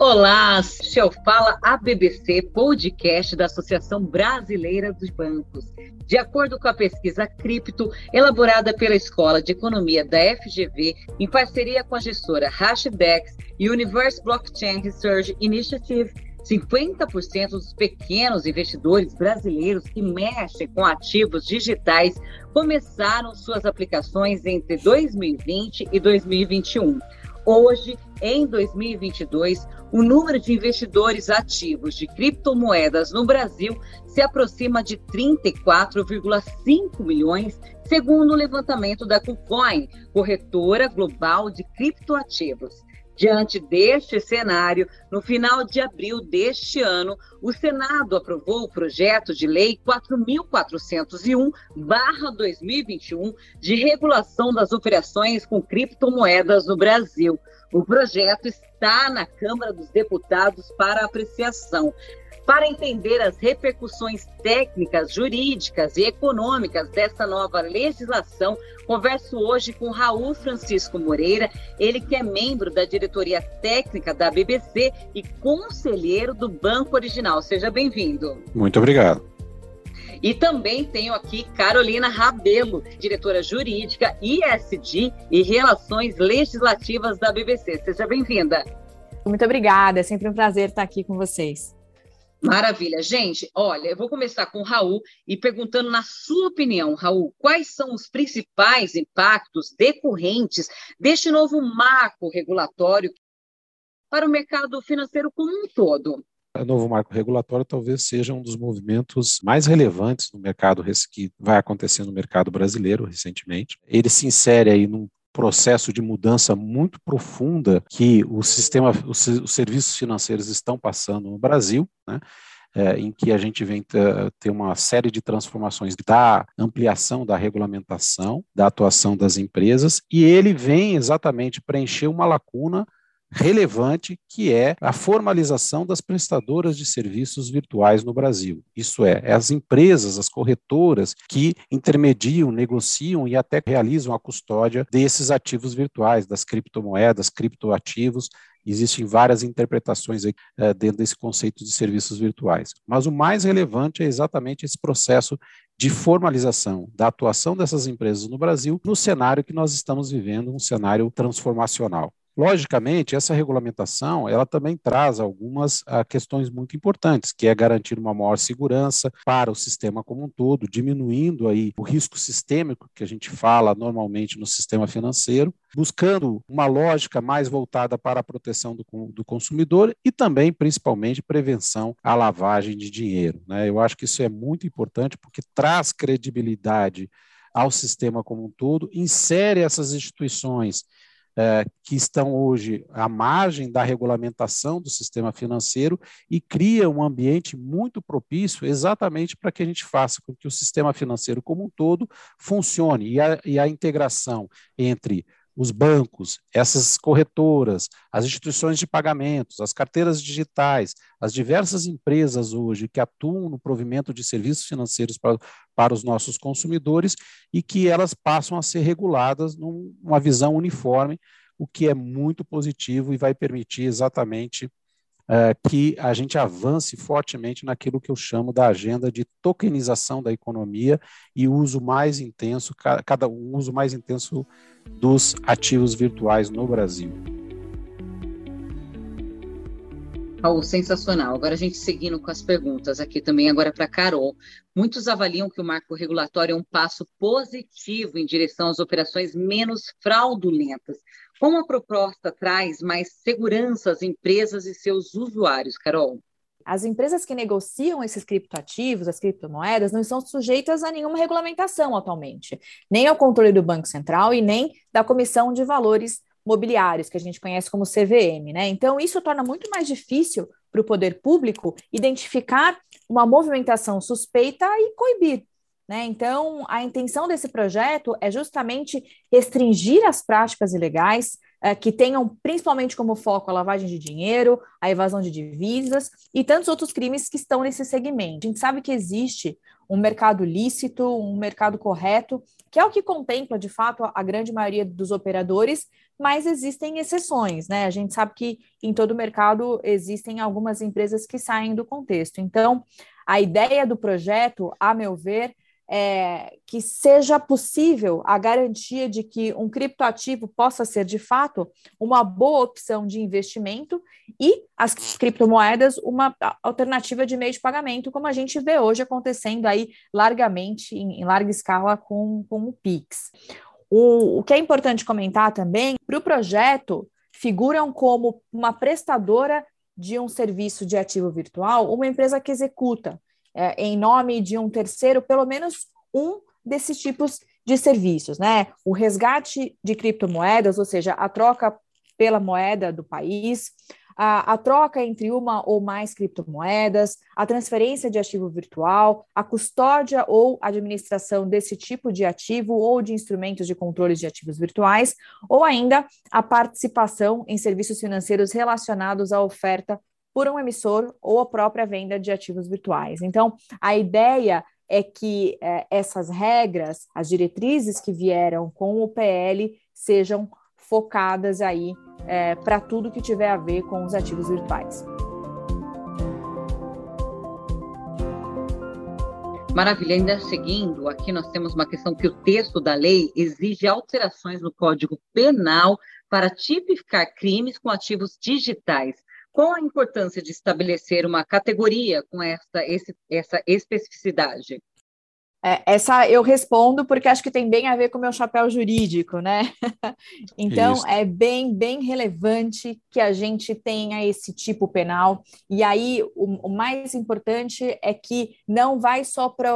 Olá, Shell Fala ABBC, podcast da Associação Brasileira dos Bancos. De acordo com a pesquisa Cripto, elaborada pela Escola de Economia da FGV, em parceria com a gestora Hashdex e Universe Blockchain Research Initiative, 50% dos pequenos investidores brasileiros que mexem com ativos digitais começaram suas aplicações entre 2020 e 2021. Hoje, em 2022, o número de investidores ativos de criptomoedas no Brasil se aproxima de 34,5 milhões, segundo o levantamento da KuCoin, corretora global de criptoativos. Diante deste cenário, no final de abril deste ano, o Senado aprovou o projeto de lei 4.401/2021 de regulação das operações com criptomoedas no Brasil. O projeto está na Câmara dos Deputados para apreciação. Para entender as repercussões técnicas, jurídicas e econômicas dessa nova legislação, converso hoje com Raul Francisco Moreira, ele que é membro da diretoria técnica da BBC e conselheiro do Banco Original. Seja bem-vindo. Muito obrigado. E também tenho aqui Carolina Rabelo, diretora jurídica, ESG e Relações Legislativas da BBC. Seja bem-vinda. Muito obrigada, é sempre um prazer estar aqui com vocês. Maravilha. Gente, olha, eu vou começar com o Raul e perguntando, na sua opinião, Raul, quais são os principais impactos decorrentes deste novo marco regulatório para o mercado financeiro como um todo? O novo marco regulatório talvez seja um dos movimentos mais relevantes no mercado que vai acontecer no mercado brasileiro recentemente. Ele se insere aí num processo de mudança muito profunda que os serviços financeiros estão passando no Brasil, né? Em que a gente vem ter uma série de transformações da ampliação da regulamentação, da atuação das empresas, e ele vem exatamente preencher uma lacuna relevante, que é a formalização das prestadoras de serviços virtuais no Brasil. Isso é, as empresas, as corretoras que intermediam, negociam e até realizam a custódia desses ativos virtuais, das criptomoedas, criptoativos. Existem várias interpretações aí, dentro desse conceito de serviços virtuais. Mas o mais relevante é exatamente esse processo de formalização da atuação dessas empresas no Brasil, no cenário que nós estamos vivendo, um cenário transformacional. Logicamente, essa regulamentação, ela também traz algumas questões muito importantes, que é garantir uma maior segurança para o sistema como um todo, diminuindo aí o risco sistêmico que a gente fala normalmente no sistema financeiro, buscando uma lógica mais voltada para a proteção do consumidor e também, principalmente, prevenção à lavagem de dinheiro, né? Eu acho que isso é muito importante porque traz credibilidade ao sistema como um todo, insere essas instituições que estão hoje à margem da regulamentação do sistema financeiro e cria um ambiente muito propício exatamente para que a gente faça com que o sistema financeiro como um todo funcione e a integração entre os bancos, essas corretoras, as instituições de pagamentos, as carteiras digitais, as diversas empresas hoje que atuam no provimento de serviços financeiros para os nossos consumidores e que elas passam a ser reguladas numa visão uniforme, o que é muito positivo e vai permitir exatamente que a gente avance fortemente naquilo que eu chamo da agenda de tokenização da economia e o uso mais intenso, um uso mais intenso dos ativos virtuais no Brasil. Raul, sensacional. Agora a gente seguindo com as perguntas aqui também, agora para a Carol. Muitos avaliam que o marco regulatório é um passo positivo em direção às operações menos fraudulentas. Como a proposta traz mais segurança às empresas e seus usuários, Carol? As empresas que negociam esses criptoativos, as criptomoedas, não estão sujeitas a nenhuma regulamentação atualmente, nem ao controle do Banco Central e nem da Comissão de Valores Mobiliários, que a gente conhece como CVM, né? Então, isso torna muito mais difícil para o poder público identificar uma movimentação suspeita e coibir, né? Então, a intenção desse projeto é justamente restringir as práticas ilegais, que tenham principalmente como foco a lavagem de dinheiro, a evasão de divisas e tantos outros crimes que estão nesse segmento. A gente sabe que existe um mercado lícito, um mercado correto, que é o que contempla, de fato, a grande maioria dos operadores, mas existem exceções, né? A gente sabe que em todo o mercado existem algumas empresas que saem do contexto. Então, a ideia do projeto, a meu ver, é que seja possível a garantia de que um criptoativo possa ser, de fato, uma boa opção de investimento e as criptomoedas uma alternativa de meio de pagamento, como a gente vê hoje acontecendo aí largamente, em larga escala com o Pix. O que é importante comentar também, para o projeto, figuram como uma prestadora de um serviço de ativo virtual, uma empresa que executa em nome de um terceiro, pelo menos um desses tipos de serviços, né? O resgate de criptomoedas, ou seja, a troca pela moeda do país, a troca entre uma ou mais criptomoedas, a transferência de ativo virtual, a custódia ou administração desse tipo de ativo ou de instrumentos de controle de ativos virtuais, ou ainda a participação em serviços financeiros relacionados à oferta por um emissor ou a própria venda de ativos virtuais. Então, a ideia é que essas regras, as diretrizes que vieram com o PL, sejam focadas aí para tudo que tiver a ver com os ativos virtuais. Maravilha, ainda seguindo, aqui nós temos uma questão que o texto da lei exige alterações no Código Penal para tipificar crimes com ativos digitais. Qual a importância de estabelecer uma categoria com essa especificidade? Essa eu respondo porque acho que tem bem a ver com o meu chapéu jurídico, né? Então, isso. É bem relevante que a gente tenha esse tipo penal. E aí, o mais importante é que não vai só para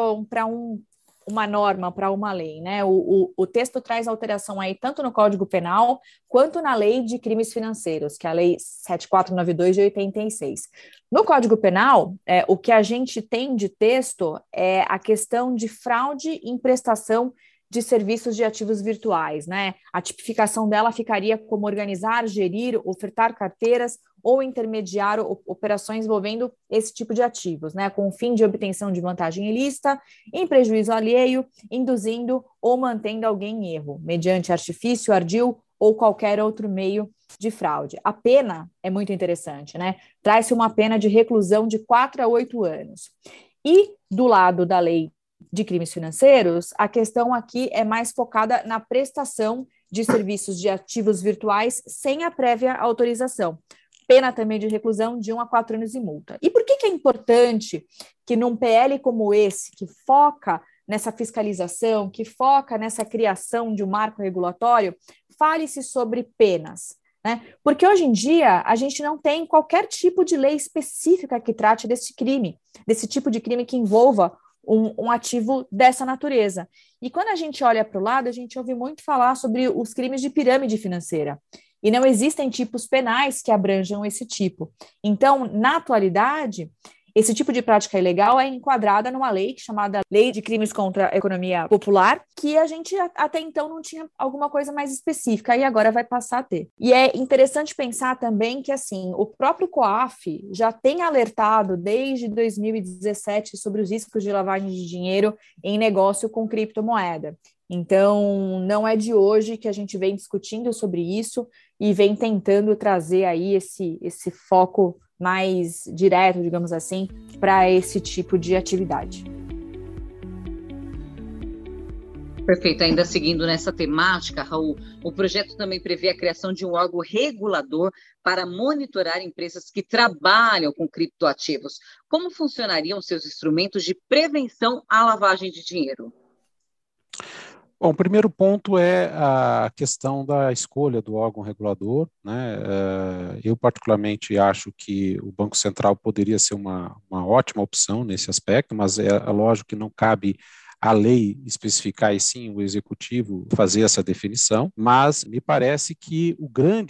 uma norma, para uma lei, né? O texto traz alteração aí tanto no Código Penal quanto na Lei de Crimes Financeiros, que é a Lei 7492 de 86. No Código Penal, o que a gente tem de texto é a questão de fraude em prestação de serviços de ativos virtuais, né? A tipificação dela ficaria como organizar, gerir, ofertar carteiras ou intermediar operações envolvendo esse tipo de ativos, né? Com o fim de obtenção de vantagem ilícita, em prejuízo alheio, induzindo ou mantendo alguém em erro, mediante artifício, ardil ou qualquer outro meio de fraude. A pena é muito interessante, né? Traz-se uma pena de reclusão de 4 a 8 anos. E do lado da lei de crimes financeiros, a questão aqui é mais focada na prestação de serviços de ativos virtuais sem a prévia autorização. Pena também de reclusão de 1 a 4 anos e multa. E por que é importante que num PL como esse, que foca nessa fiscalização, que foca nessa criação de um marco regulatório, fale-se sobre penas, né? Porque hoje em dia a gente não tem qualquer tipo de lei específica que trate desse crime, desse tipo de crime que envolva um ativo dessa natureza. E quando a gente olha para o lado, a gente ouve muito falar sobre os crimes de pirâmide financeira. E não existem tipos penais que abranjam esse tipo. Então, na atualidade, esse tipo de prática ilegal é enquadrada numa lei chamada Lei de Crimes contra a Economia Popular, que a gente até então não tinha alguma coisa mais específica e agora vai passar a ter. E é interessante pensar também que, assim, o próprio COAF já tem alertado desde 2017 sobre os riscos de lavagem de dinheiro em negócio com criptomoeda. Então, não é de hoje que a gente vem discutindo sobre isso e vem tentando trazer aí esse foco mais direto, digamos assim, para esse tipo de atividade. Perfeito. Ainda seguindo nessa temática, Raul, o projeto também prevê a criação de um órgão regulador para monitorar empresas que trabalham com criptoativos. Como funcionariam seus instrumentos de prevenção à lavagem de dinheiro? Bom, o primeiro ponto é a questão da escolha do órgão regulador, né? Eu particularmente acho que o Banco Central poderia ser uma ótima opção nesse aspecto, mas é lógico que não cabe a lei especificar e sim o executivo fazer essa definição, mas me parece que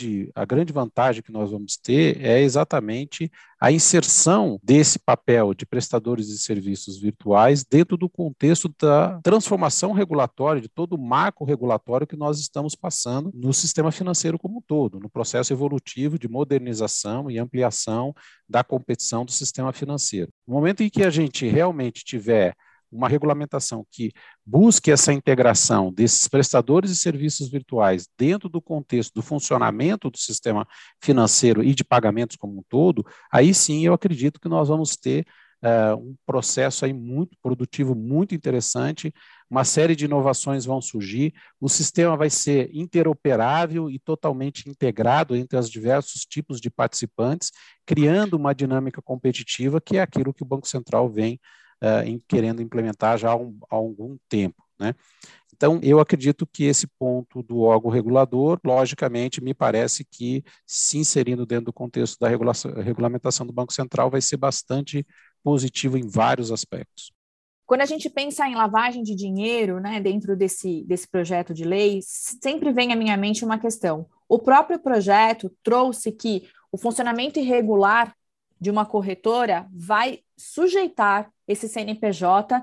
a grande vantagem que nós vamos ter é exatamente a inserção desse papel de prestadores de serviços virtuais dentro do contexto da transformação regulatória, de todo o marco regulatório que nós estamos passando no sistema financeiro como um todo, no processo evolutivo de modernização e ampliação da competição do sistema financeiro. No momento em que a gente realmente tiver uma regulamentação que busque essa integração desses prestadores de serviços virtuais dentro do contexto do funcionamento do sistema financeiro e de pagamentos como um todo, aí sim eu acredito que nós vamos ter um processo aí muito produtivo, muito interessante, uma série de inovações vão surgir, o sistema vai ser interoperável e totalmente integrado entre os diversos tipos de participantes, criando uma dinâmica competitiva que é aquilo que o Banco Central vem querendo implementar já há algum tempo, né? Então, eu acredito que esse ponto do órgão regulador, logicamente, me parece que se inserindo dentro do contexto da regulamentação do Banco Central vai ser bastante positivo em vários aspectos. Quando a gente pensa em lavagem de dinheiro, né, dentro desse projeto de lei, sempre vem à minha mente uma questão. O próprio projeto trouxe que o funcionamento irregular de uma corretora vai sujeitar esse CNPJ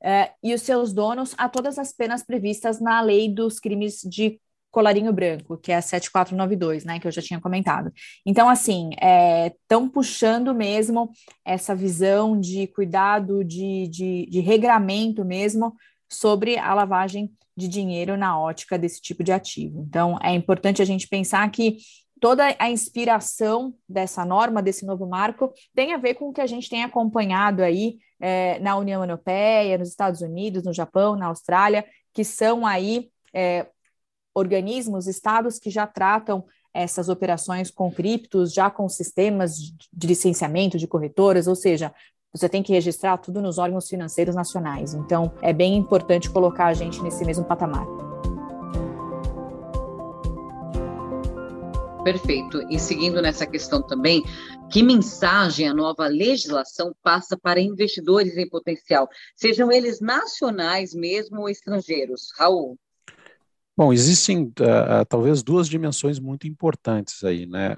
e os seus donos a todas as penas previstas na lei dos crimes de colarinho branco, que é a 7492, né, que eu já tinha comentado. Então, assim, estão puxando mesmo essa visão de cuidado, de regramento mesmo sobre a lavagem de dinheiro na ótica desse tipo de ativo. Então, é importante a gente pensar que toda a inspiração dessa norma, desse novo marco, tem a ver com o que a gente tem acompanhado aí na União Europeia, nos Estados Unidos, no Japão, na Austrália, que são aí organismos, estados que já tratam essas operações com criptos, já com sistemas de licenciamento de corretoras, ou seja, você tem que registrar tudo nos órgãos financeiros nacionais. Então, é bem importante colocar a gente nesse mesmo patamar. Perfeito. E seguindo nessa questão também, que mensagem a nova legislação passa para investidores em potencial, sejam eles nacionais mesmo ou estrangeiros? Raul? Bom, existem talvez duas dimensões muito importantes aí, né?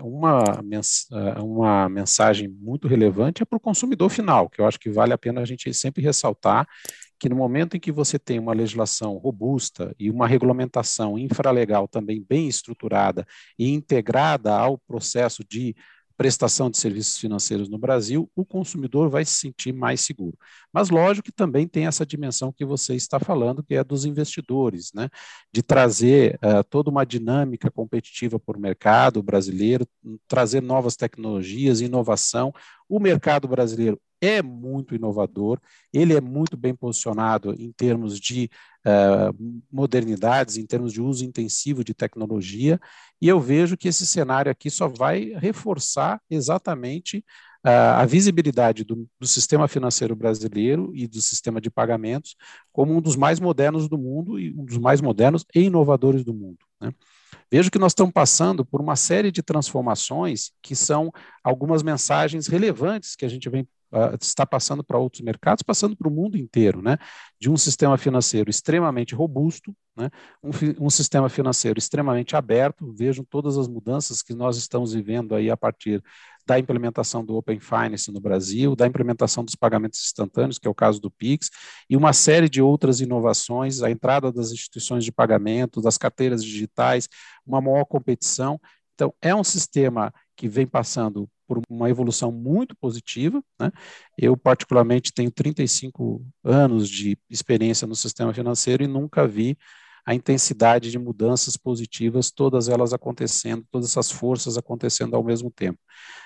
Uma mensagem muito relevante é para o consumidor final, que eu acho que vale a pena a gente sempre ressaltar que no momento em que você tem uma legislação robusta e uma regulamentação infralegal também bem estruturada e integrada ao processo de prestação de serviços financeiros no Brasil, o consumidor vai se sentir mais seguro. Mas lógico que também tem essa dimensão que você está falando, que é dos investidores, né? De trazer toda uma dinâmica competitiva para o mercado brasileiro, trazer novas tecnologias, inovação. O mercado brasileiro é muito inovador, ele é muito bem posicionado em termos de modernidades, em termos de uso intensivo de tecnologia, e eu vejo que esse cenário aqui só vai reforçar exatamente a visibilidade do sistema financeiro brasileiro e do sistema de pagamentos como um dos mais modernos do mundo e um dos mais modernos e inovadores do mundo, né? Vejo que nós estamos passando por uma série de transformações que são algumas mensagens relevantes que a gente está passando para outros mercados, passando para o mundo inteiro, né? De um sistema financeiro extremamente robusto, né? Um sistema financeiro extremamente aberto. Vejam todas as mudanças que nós estamos vivendo aí a partir da implementação do Open Finance no Brasil, da implementação dos pagamentos instantâneos, que é o caso do Pix, e uma série de outras inovações, a entrada das instituições de pagamento, das carteiras digitais, uma maior competição. Então, é um sistema que vem passando por uma evolução muito positiva, né? Eu, particularmente, tenho 35 anos de experiência no sistema financeiro e nunca vi a intensidade de mudanças positivas, todas elas acontecendo, todas essas forças acontecendo ao mesmo tempo.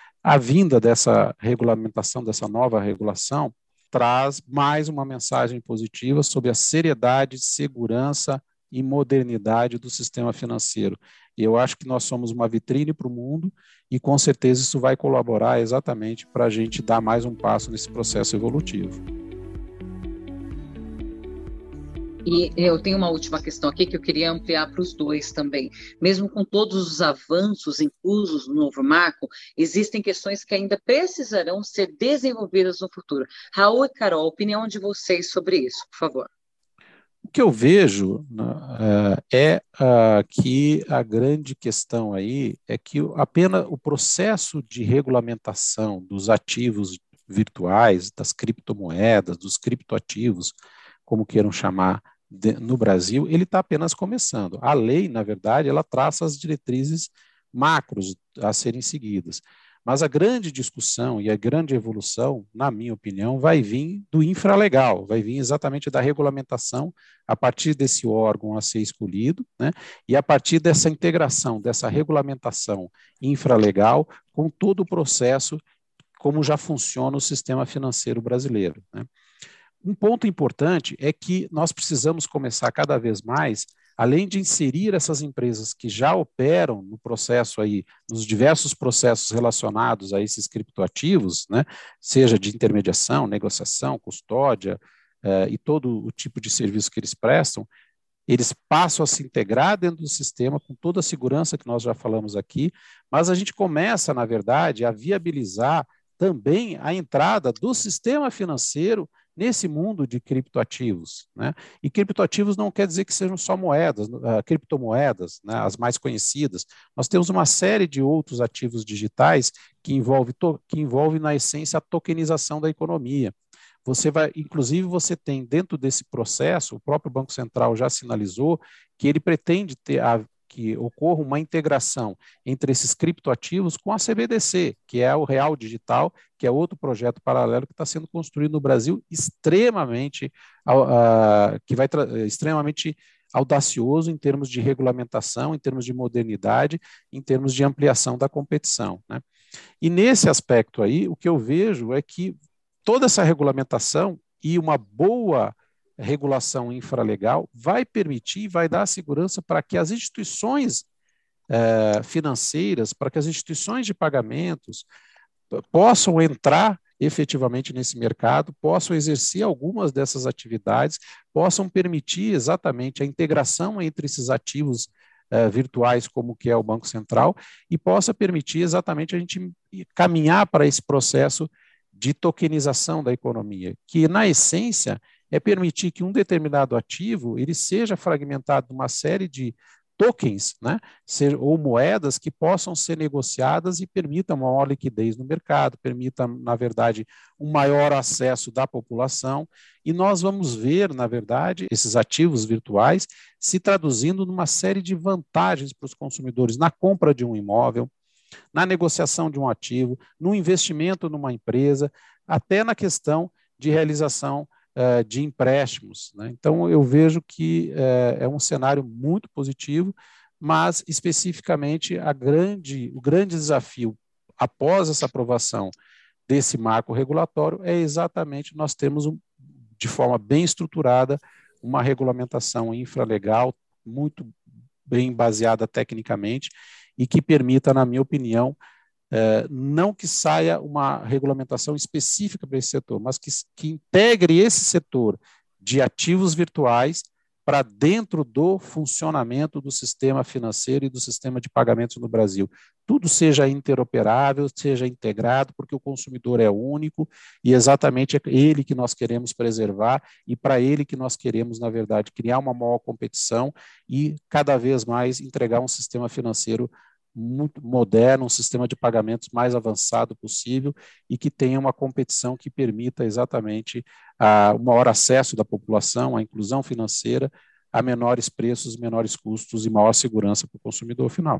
A vinda dessa regulamentação, dessa nova regulação, traz mais uma mensagem positiva sobre a seriedade, segurança e modernidade do sistema financeiro. E eu acho que nós somos uma vitrine para o mundo e, com certeza, isso vai colaborar exatamente para a gente dar mais um passo nesse processo evolutivo. E eu tenho uma última questão aqui que eu queria ampliar para os dois também. Mesmo com todos os avanços inclusos no novo marco, existem questões que ainda precisarão ser desenvolvidas no futuro. Raul e Carol, opinião de vocês sobre isso, por favor. O que eu vejo que a grande questão aí é que apenas o processo de regulamentação dos ativos virtuais, das criptomoedas, dos criptoativos, como queiram chamar no Brasil, ele está apenas começando. A lei, na verdade, ela traça as diretrizes macros a serem seguidas. Mas a grande discussão e a grande evolução, na minha opinião, vai vir do infralegal, vai vir exatamente da regulamentação a partir desse órgão a ser escolhido, né, e a partir dessa integração, dessa regulamentação infralegal com todo o processo, como já funciona o sistema financeiro brasileiro, né. Um ponto importante é que nós precisamos começar cada vez mais, além de inserir essas empresas que já operam no processo aí, nos diversos processos relacionados a esses criptoativos, né, seja de intermediação, negociação, custódia, e todo o tipo de serviço que eles prestam, eles passam a se integrar dentro do sistema com toda a segurança que nós já falamos aqui, mas a gente começa, na verdade, a viabilizar também a entrada do sistema financeiro nesse mundo de criptoativos, né? E criptoativos não quer dizer que sejam só moedas, criptomoedas, né, as mais conhecidas. Nós temos uma série de outros ativos digitais que envolve na essência a tokenização da economia. Inclusive você tem dentro desse processo, o próprio Banco Central já sinalizou que ele pretende que ocorra uma integração entre esses criptoativos com a CBDC, que é o Real Digital, que é outro projeto paralelo que está sendo construído no Brasil, extremamente audacioso em termos de regulamentação, em termos de modernidade, em termos de ampliação da competição, né? E nesse aspecto aí, o que eu vejo é que toda essa regulamentação e uma boa regulação infralegal vai permitir, vai dar segurança para que as instituições financeiras, para que as instituições de pagamentos possam entrar efetivamente nesse mercado, possam exercer algumas dessas atividades, possam permitir exatamente a integração entre esses ativos virtuais, como que é o Banco Central, e possa permitir exatamente a gente caminhar para esse processo de tokenização da economia, que na essência é permitir que um determinado ativo ele seja fragmentado em uma série de tokens, né, ou moedas que possam ser negociadas e permitam uma maior liquidez no mercado, permitam, na verdade, um maior acesso da população, e nós vamos ver, na verdade, esses ativos virtuais se traduzindo numa série de vantagens para os consumidores na compra de um imóvel, na negociação de um ativo, no investimento numa empresa, até na questão de realização de empréstimos, né? Então, eu vejo que é um cenário muito positivo, mas, especificamente, o grande desafio após essa aprovação desse marco regulatório é exatamente nós termos, de forma bem estruturada, uma regulamentação infralegal, muito bem baseada tecnicamente, e que permita, na minha opinião, não que saia uma regulamentação específica para esse setor, mas que integre esse setor de ativos virtuais para dentro do funcionamento do sistema financeiro e do sistema de pagamentos no Brasil. Tudo seja interoperável, seja integrado, porque o consumidor é único e exatamente é ele que nós queremos preservar e para ele que nós queremos, na verdade, criar uma maior competição e cada vez mais entregar um sistema financeiro muito moderno, um sistema de pagamentos mais avançado possível e que tenha uma competição que permita exatamente o maior acesso da população, a inclusão financeira, a menores preços, menores custos e maior segurança para o consumidor final.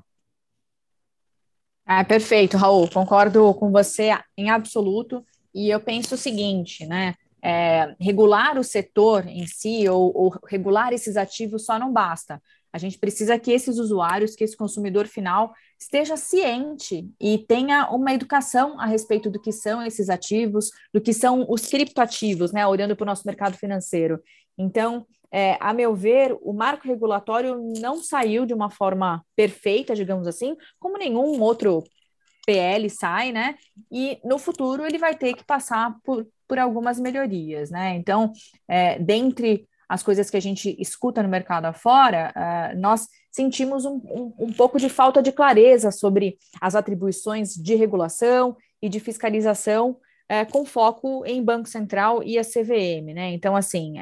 Perfeito, Raul, concordo com você em absoluto, e eu penso o seguinte, né? Regular o setor em si ou regular esses ativos só não basta. A gente precisa que esses usuários, que esse consumidor final esteja ciente e tenha uma educação a respeito do que são esses ativos, do que são os criptoativos, né? Olhando para o nosso mercado financeiro. Então, a meu ver, o marco regulatório não saiu de uma forma perfeita, digamos assim, como nenhum outro PL sai, né? E no futuro ele vai ter que passar por algumas melhorias, né? Então, dentre as coisas que a gente escuta no mercado afora, nós sentimos um pouco de falta de clareza sobre as atribuições de regulação e de fiscalização com foco em Banco Central e a CVM, né? Então, assim,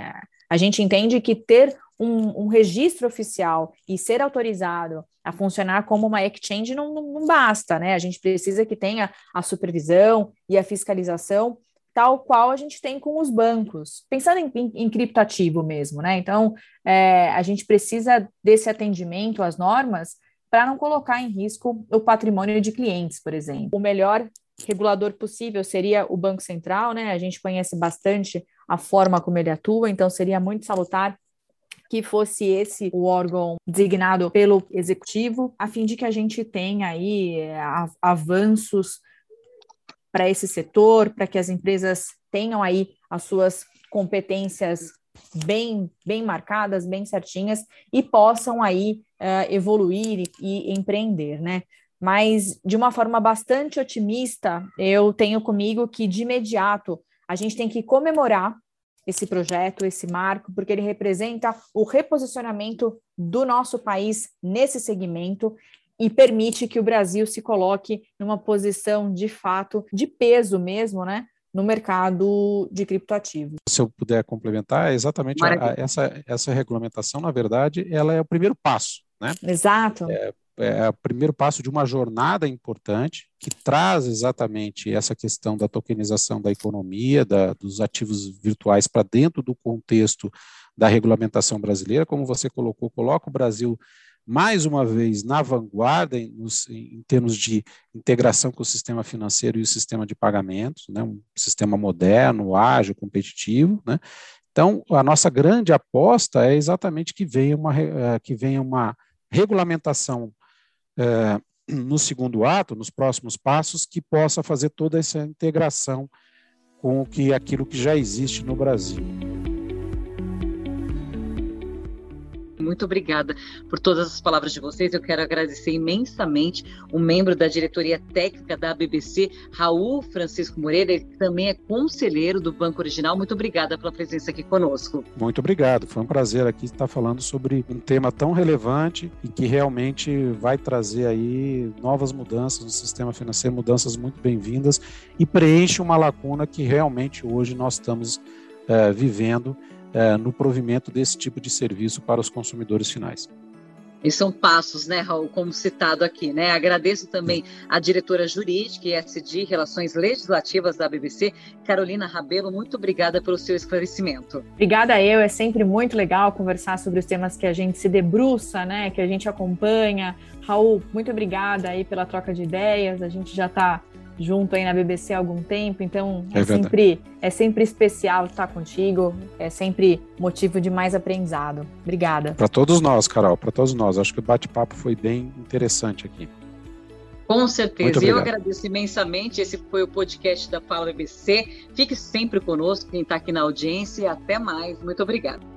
A gente entende que ter um registro oficial e ser autorizado a funcionar como uma exchange não basta, né? A gente precisa que tenha a supervisão e a fiscalização tal qual a gente tem com os bancos, pensando em criptoativo mesmo, né? Então, a gente precisa desse atendimento às normas para não colocar em risco o patrimônio de clientes, por exemplo. O melhor regulador possível seria o Banco Central, né? A gente conhece bastante a forma como ele atua, então seria muito salutar que fosse esse o órgão designado pelo executivo, a fim de que a gente tenha aí avanços para esse setor, para que as empresas tenham aí as suas competências bem marcadas, bem certinhas, e possam aí evoluir e empreender, né? Mas, de uma forma bastante otimista, eu tenho comigo que, de imediato, a gente tem que comemorar esse projeto, esse marco, porque ele representa o reposicionamento do nosso país nesse segmento e permite que o Brasil se coloque numa posição, de fato, de peso mesmo, né, no mercado de criptoativos. Se eu puder complementar, exatamente essa regulamentação, na verdade, ela é o primeiro passo, né? Exato. É o primeiro passo de uma jornada importante que traz exatamente essa questão da tokenização da economia, dos ativos virtuais para dentro do contexto da regulamentação brasileira. Como você colocou, coloca o Brasil mais uma vez na vanguarda em termos de integração com o sistema financeiro e o sistema de pagamentos, né? Um sistema moderno, ágil, competitivo, né? Então, a nossa grande aposta é exatamente que venha uma regulamentação no segundo ato, nos próximos passos, que possa fazer toda essa integração com aquilo que já existe no Brasil. Muito obrigada por todas as palavras de vocês. Eu quero agradecer imensamente o membro da diretoria técnica da ABBC, Raul Francisco Moreira, ele também é conselheiro do Banco Original. Muito obrigada pela presença aqui conosco. Muito obrigado. Foi um prazer aqui estar falando sobre um tema tão relevante e que realmente vai trazer aí novas mudanças no sistema financeiro, mudanças muito bem-vindas, e preenche uma lacuna que realmente hoje nós estamos vivendo no provimento desse tipo de serviço para os consumidores finais. E são passos, né, Raul, como citado aqui, né? Agradeço também a diretora jurídica e ESG, Relações Legislativas da ABBC, Carolina Rabelo. Muito obrigada pelo seu esclarecimento. Obrigada é sempre muito legal conversar sobre os temas que a gente se debruça, né, que a gente acompanha. Raul, muito obrigada aí pela troca de ideias, a gente já está junto aí na BBC há algum tempo, então é sempre especial estar contigo, é sempre motivo de mais aprendizado. Obrigada. Para todos nós, Carol, para todos nós. Acho que o bate-papo foi bem interessante aqui. Com certeza, eu agradeço imensamente. Esse foi o podcast da Fala BBC. Fique sempre conosco, quem está aqui na audiência. Até mais. Muito obrigada.